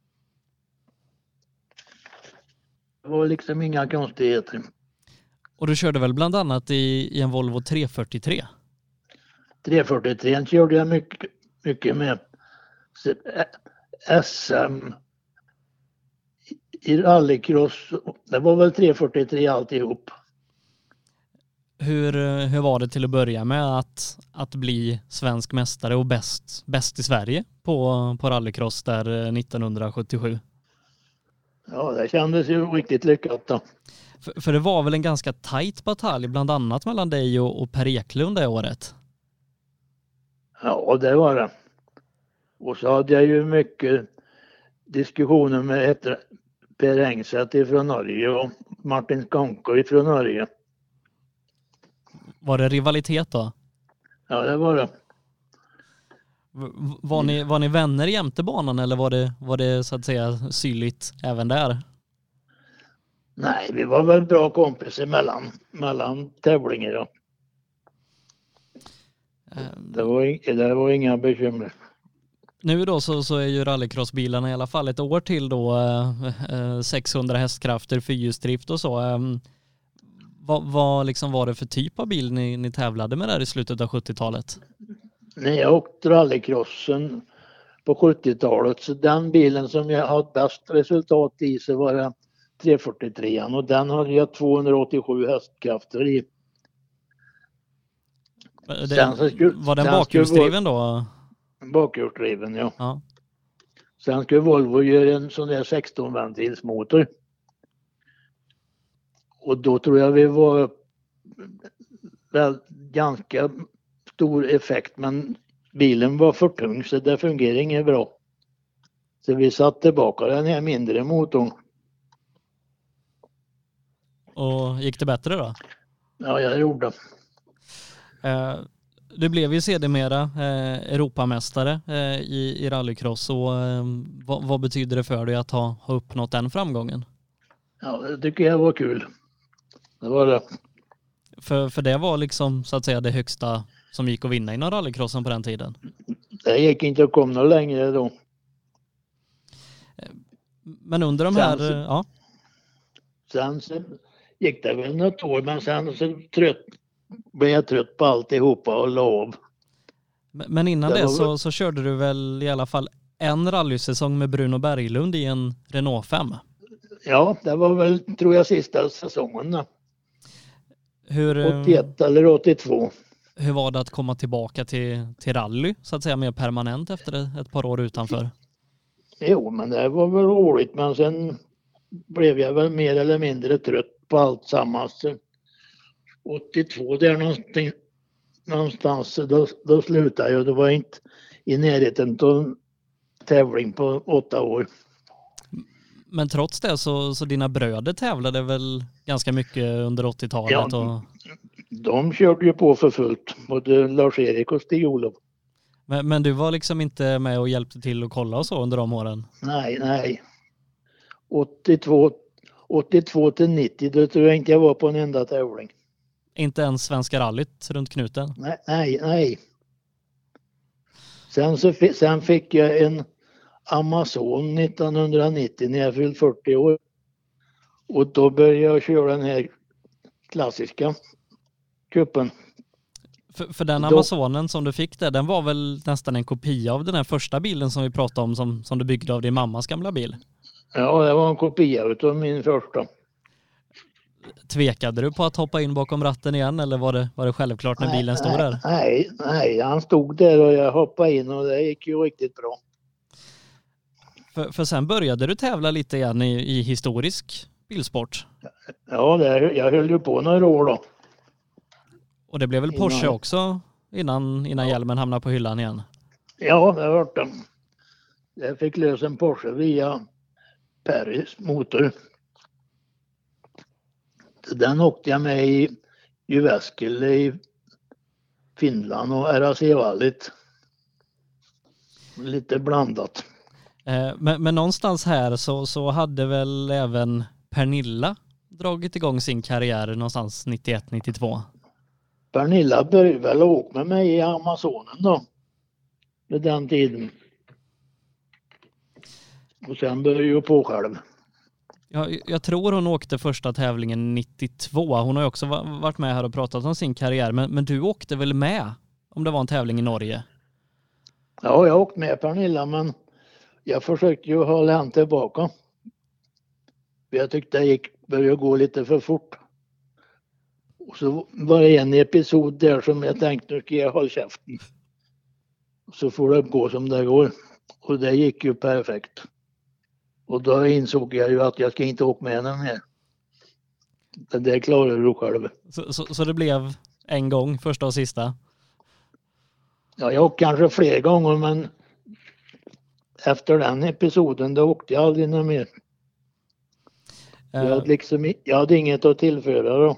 det var liksom inga konstigheter. Och du körde väl bland annat i en Volvo 343? 343 körde jag mycket med. SM i rallycross, det var väl 343 alltihop. Hur var det till att börja med att bli svensk mästare och bäst i Sverige på rallycross där 1977? Ja, det kändes ju riktigt lyckat då. För det var väl en ganska tajt batalj bland annat mellan dig och Per Eklund det året? Ja, det var det. Och så hade jag ju mycket diskussioner med Per Engstedt ifrån Norge och Martin Skonko ifrån Norge. Var det rivalitet då? Ja, det var det. Var ni vänner jämte banan eller var det så att säga syrligt även där? Nej, vi var väl bra kompisar mellan tävlingar då. Det var inga bekymmer. Nu då så är ju rallycrossbilarna i alla fall ett år till då 600 hästkrafter, fyrhjulsdrift och så. Vad liksom var det för typ av bil ni tävlade med där i slutet av 70-talet? När jag åkte rallycrossen på 70-talet. Så den bilen som jag hade bäst resultat i så var det 343 och den hade jag 287 hästkrafter i. Var den bakhjulsdriven då? Bakhjulsdriven, ja. Ja. Sen skulle Volvo göra en sån där 16-ventilsmotor. Och då tror jag vi var väl ganska stor effekt, men bilen var för tung så det fungerade inget bra. Så vi satte tillbaka den här mindre motorn. Och gick det bättre då? Ja, jag gjorde. Du blev ju sedermera Europamästare i rallycross. Och vad betyder det för dig att ha uppnått den framgången? Ja, det tycker jag var kul. Det var det. För det var liksom så att säga det högsta som gick att vinna inom rallycrossen på den tiden? Det gick inte att komma längre då. Men under de här... Ja. Sen så gick det väl något år, men sen så blev jag trött på alltihopa och la av. Men innan det så körde du väl i alla fall en rallysäsong med Bruno Berglund i en Renault 5? Ja, det var väl, tror jag, sista säsongen då. 81 eller 82. Hur var det att komma tillbaka till rally så att säga mer permanent efter ett par år utanför? Jo, men det var väl roligt, men sen blev jag väl mer eller mindre trött på allt sammans. 82 där någonstans då slutade jag. Det var inte i närheten av tävling på 8 år. Men trots det så dina bröder tävlade väl ganska mycket under 80-talet? Ja, de körde ju på för fullt. Både Lars-Erik och Stig-Olof. Men du var liksom inte med och hjälpte till att kolla och så under de åren? Nej. 82 till 90, då tror jag inte jag var på en enda tävling. Inte ens Svenska rallyt runt knuten? Nej. Sen fick jag en Amazon 1990 när jag fyllde 40 år. Och då började jag köra den här klassiska kuppen. För den Amazonen som du fick där, den var väl nästan en kopia av den här första bilen som vi pratade om som du byggde av din mammas gamla bil? Ja, det var en kopia av min första. Tvekade du på att hoppa in bakom ratten igen eller var det självklart när bilen stod där? Nej, han stod där och jag hoppade in och det gick ju riktigt bra. För sen började du tävla lite igen i historisk bilsport? Ja, jag höll ju på några år då. Och det blev väl Porsche också innan hjälmen hamnade på hyllan igen? Ja, det var det. Jag fick lösa en Porsche via Perrys motor. Den åkte jag med i Jyväskylä i Finland och RAC-vallet. Lite blandat. Men någonstans här så hade väl även Pernilla dragit igång sin karriär någonstans 91-92? Pernilla började väl åka med mig i Amazonen då. Vid den tiden. Och sen började jag på själv. Ja, jag tror hon åkte första tävlingen 92. Hon har ju också varit med här och pratat om sin karriär. Men du åkte väl med om det var en tävling i Norge? Ja, jag åkte med Pernilla, men jag försökte ju hålla henne tillbaka. Jag tyckte det började gå lite för fort. Och så var det en episod där som jag tänkte, nu ska jag hålla käften. Så får det gå som det går. Och det gick ju perfekt. Och då insåg jag ju att jag ska inte åka med henne mer. Det klarar du själv. Så det blev en gång, första och sista? Ja, jag åkte kanske fler gånger, men efter den episoden då åkte jag aldrig mer. Jag hade inget att tillföra då.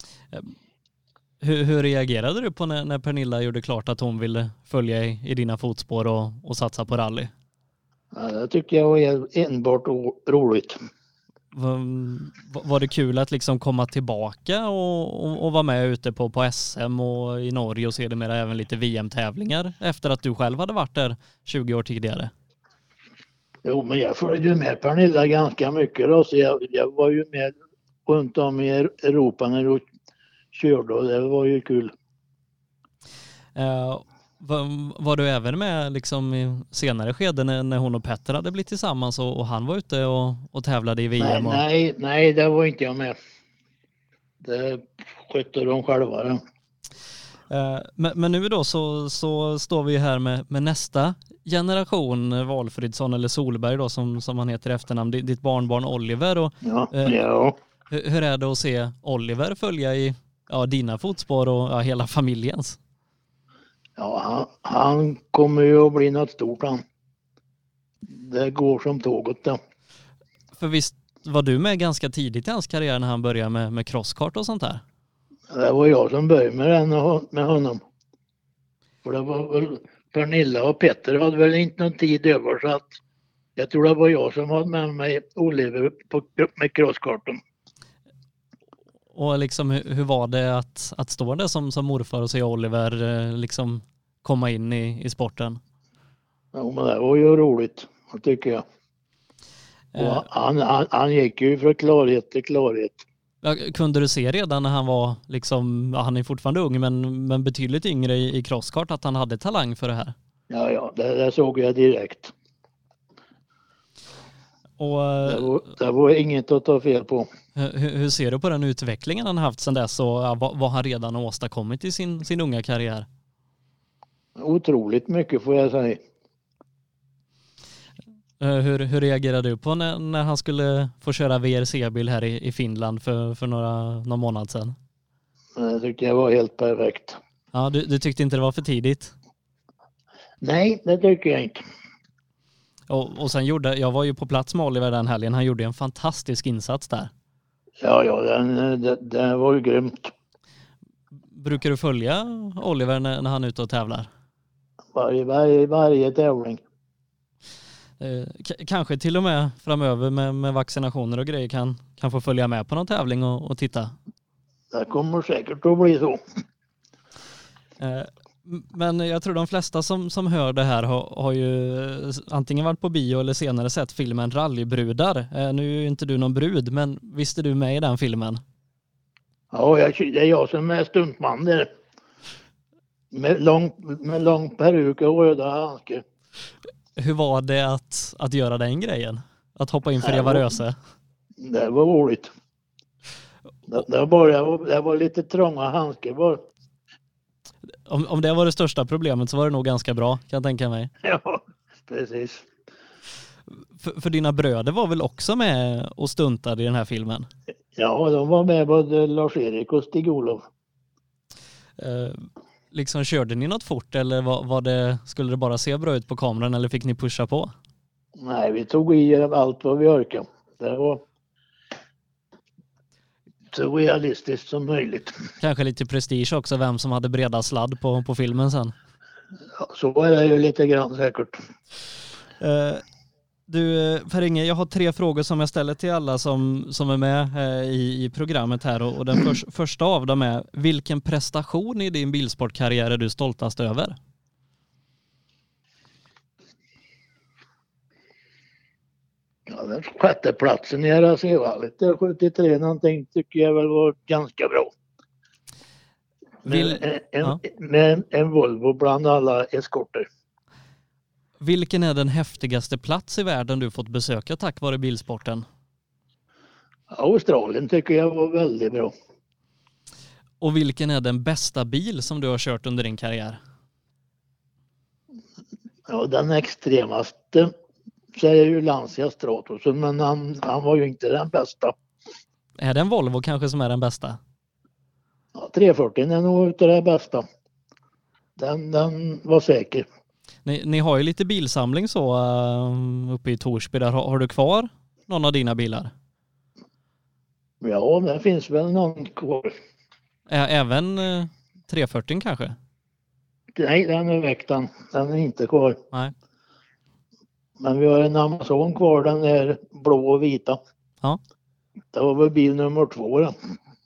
Hur reagerade du på när Pernilla gjorde klart att hon ville följa i dina fotspår och satsa på rally? Ja, det tycker jag var enbart roligt. Var det kul att liksom komma tillbaka och vara med ute på SM och i Norge och sedermera även lite VM-tävlingar efter att du själv hade varit där 20 år tidigare? Jo, men jag följde ju med Pernilla ganska mycket då, så jag var ju med runt om i Europa när du körde och det var ju kul. Var du även med liksom i senare skeden när hon och Petter hade blivit tillsammans och han var ute och tävlade i VM? Nej, det var inte jag med. Det skötte de själva. Det. Men nu då så står vi här med nästa generation, Valfridsson eller Solberg då som han heter i efternamn, ditt barnbarn Oliver. Och, ja. Hur är det att se Oliver följa i dina fotspår och hela familjens? Ja, han kommer ju att bli något stort han. Det går som tåget då. För visst var du med ganska tidigt i hans karriär när han började med crosskart och sånt där? Det var jag som började med honom. För det var väl Pernilla och Petter hade väl inte någon tid över så att jag tror det var jag som hade med mig Oliver med crosskarten. Och liksom hur var det att stå där som morfar och se Oliver liksom komma in i sporten? Ja, men det var ju roligt, tycker jag. Och han gick ju från klarhet till klarhet. Ja, kunde du se redan när han var liksom, han är fortfarande ung men betydligt yngre i crosskart att han hade talang för det här? Ja, det såg jag direkt. Och, det var inget att ta fel på. Hur ser du på den utvecklingen han haft sedan dess och vad han redan har åstadkommit i sin unga karriär? Otroligt mycket får jag säga. Hur reagerade du på när han skulle få köra VRC-bil här i Finland för någon månad sedan? Jag tyckte jag var helt perfekt. Ja, du tyckte inte det var för tidigt? Nej, det tycker jag inte. Och sen jag var ju på plats med Oliver den helgen. Han gjorde en fantastisk insats där. Ja, det var ju grymt. Brukar du följa Oliver när han är ute och tävlar? Varje tävling. Kanske till och med framöver med vaccinationer och grejer kan få följa med på någon tävling och titta. Det kommer säkert att bli så. Men jag tror de flesta som hör det här har ju antingen varit på bio eller senare sett filmen Rallybrudar. Nu är ju inte du någon brud, men visst är du med i den filmen? Ja, det är jag som är stuntman där. Med lång peruk och röda handskar. Hur var det att göra den grejen? Att hoppa in för Eva Röse? Det var roligt. Det var lite trånga handskar bara. Om det var det största problemet så var det nog ganska bra, kan jag tänka mig. Ja, precis. För dina bröder var väl också med och stuntade i den här filmen? Ja, de var med både Lars-Erik och Stig-Olof. Liksom körde ni något fort eller skulle det bara se bra ut på kameran eller fick ni pusha på? Nej, vi tog i allt vad vi orkade. Det var så realistiskt som möjligt. Kanske lite prestige också, vem som hade breda sladd på filmen sen. Ja, så är det ju lite grann säkert. Du Per-Inge, jag har 3 frågor som jag ställer till alla som är med i programmet här och den första av dem är: vilken prestation i din bilsportkarriär är du stoltast över? Ja, den 6:e platsen i RAC-valet, 73 någonting tycker jag väl var ganska bra. Med en Volvo bland alla eskorter. Vilken är den häftigaste plats i världen du fått besöka tack vare bilsporten? Australien tycker jag var väldigt bra. Och vilken är den bästa bil som du har kört under din karriär? Ja, den extremaste säger ju Lancia Stratosen, men han var ju inte den bästa. Är det en Volvo kanske som är den bästa? Ja, 340 är nog inte det bästa. Den var säker. Ni har ju lite bilsamling så uppe i Torsby där. Har du kvar någon av dina bilar? Ja, det finns väl någon kvar. Även 340 kanske? Nej, den är väckt. Den är inte kvar. Nej. Men vi har en Amazon kvar, den är blå och vita. Ja. Det var väl bil nummer 2 då.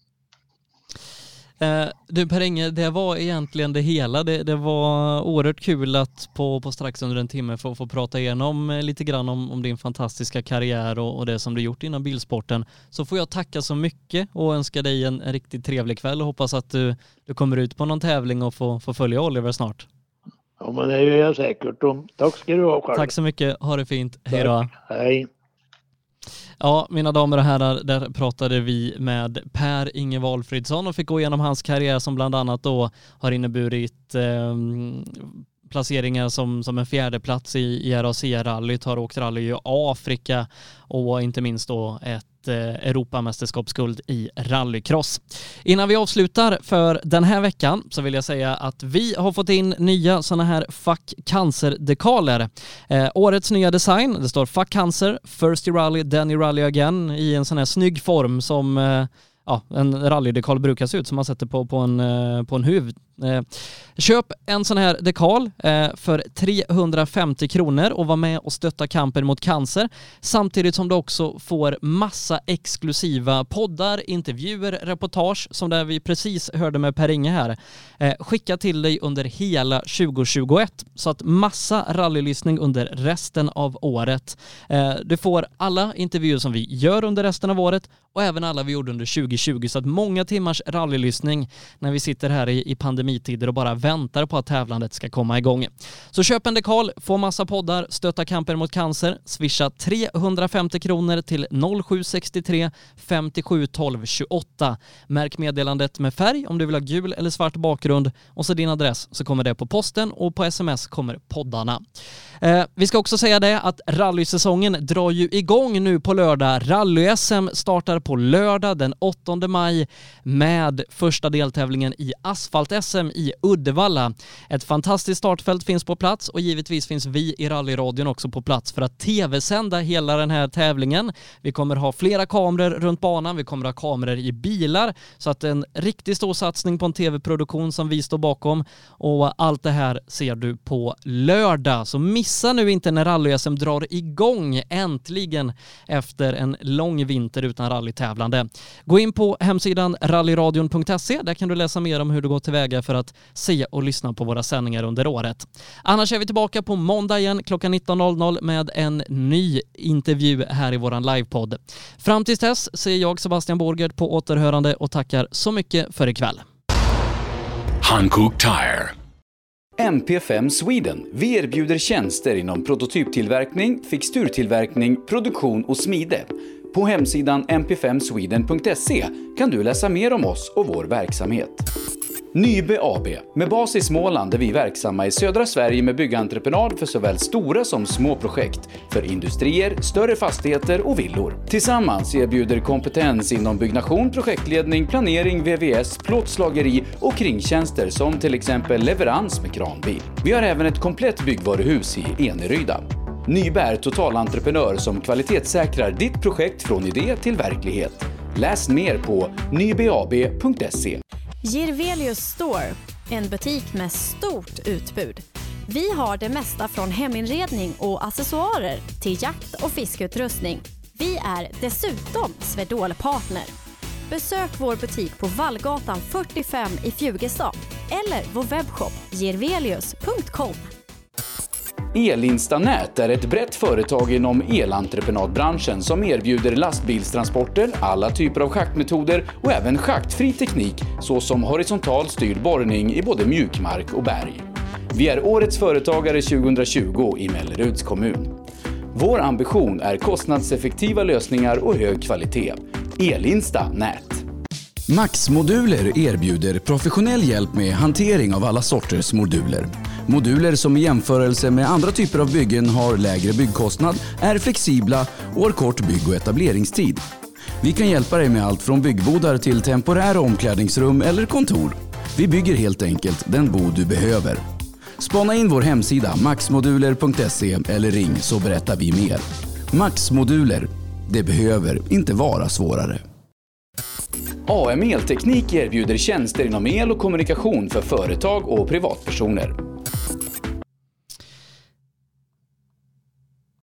Du Per-Inge, det var egentligen det hela. Det var oerhört kul att på strax under en timme få prata igenom lite grann om din fantastiska karriär och det som du gjort inom bilsporten. Så får jag tacka så mycket och önska dig en riktigt trevlig kväll och hoppas att du kommer ut på någon tävling och får följa Oliver snart. Ja, men det gör jag säkert. Tack ska du ha själv. Tack så mycket. Ha det fint. Hej då. Hej. Ja, mina damer och herrar, där pratade vi med Per-Inge Walfridsson och fick gå igenom hans karriär som bland annat då har inneburit placeringar som en fjärde plats i RAC-rallyt, har åkt rally i Afrika och inte minst då ett Europamästerskapsguld i rallycross. Innan vi avslutar för den här veckan så vill jag säga att vi har fått in nya sådana här Fuck Cancer-dekaler. Årets nya design, det står Fuck Cancer, First i Rally, then i Rally Again i en sån här snygg form som en rallydekal brukar se ut som man sätter på en huvud. Köp en sån här dekal för 350 kronor och var med och stötta kampen mot cancer, samtidigt som du också får massa exklusiva poddar, intervjuer, reportage som där vi precis hörde med Per-Inge här. Skicka till dig under hela 2021 så att massa rallylyssning under resten av året. Du får alla intervjuer som vi gör under resten av året och även alla vi gjorde under 2020, så att många timmars rallylyssning när vi sitter här i pandemitider och bara väntar på att tävlandet ska komma igång. Så köp en dekal, få massa poddar, stötta kampen mot cancer, swisha 350 kronor till 0763 57 12 28. Märk meddelandet med färg om du vill ha gul eller svart bakgrund och så din adress, så kommer det på posten och på sms kommer poddarna. Vi ska också säga det att rallysäsongen drar ju igång nu på lördag. Rally-SM startar på lördag den 8 maj med första deltävlingen i asfalt-SM i Uddevalla. Ett fantastiskt startfält finns på plats och givetvis finns vi i rallyradion också på plats för att tv-sända hela den här tävlingen. Vi kommer ha flera kameror runt banan, vi kommer ha kameror i bilar, så att en riktigt stor satsning på en tv-produktion som vi står bakom, och allt det här ser du på lördag. Så missa nu inte när rally-SM drar igång äntligen efter en lång vinter utan rallytävlande. Gå in på hemsidan rallyradion.se, där kan du läsa mer om hur du går tillväga för att se och lyssna på våra sändningar under året. Annars är vi tillbaka på måndag igen klockan 19.00 med en ny intervju här i våran livepodd. Fram tills dess säger jag Sebastian Borgert på återhörande och tackar så mycket för ikväll. Hankook Tire. MP5 Sweden. Vi erbjuder tjänster inom prototyptillverkning, fixturtillverkning, produktion och smide. På hemsidan mp5sweden.se kan du läsa mer om oss och vår verksamhet. Nybe AB. Med bas i Småland är vi verksamma i södra Sverige med byggentreprenad för såväl stora som små projekt, för industrier, större fastigheter och villor. Tillsammans erbjuder kompetens inom byggnation, projektledning, planering, VVS, plåtslageri och kringtjänster som till exempel leverans med kranbil. Vi har även ett komplett byggvaruhus i Eneryda. Nybe är totalentreprenör som kvalitetssäkrar ditt projekt från idé till verklighet. Läs mer på nybeab.se. Jirvelius Store, en butik med stort utbud. Vi har det mesta från heminredning och accessoarer till jakt- och fiskeutrustning. Vi är dessutom Swedol-partner. Besök vår butik på Vallgatan 45 i Fjugestad eller vår webbshop jirvelius.com. Elinstanät är ett brett företag inom elentreprenadbranschen som erbjuder lastbilstransporter, alla typer av schaktmetoder och även schaktfri teknik såsom horisontal styrd borrning i både mjukmark och berg. Vi är årets företagare 2020 i Melleruds kommun. Vår ambition är kostnadseffektiva lösningar och hög kvalitet. Elinstanät. Max Moduler erbjuder professionell hjälp med hantering av alla sorters moduler. Moduler som i jämförelse med andra typer av byggen har lägre byggkostnad, är flexibla och har kort bygg- och etableringstid. Vi kan hjälpa dig med allt från byggbodar till temporära omklädningsrum eller kontor. Vi bygger helt enkelt den bod du behöver. Spana in vår hemsida maxmoduler.se eller ring så berättar vi mer. Max Moduler. Det behöver inte vara svårare. AM Elteknik erbjuder tjänster inom el och kommunikation för företag och privatpersoner.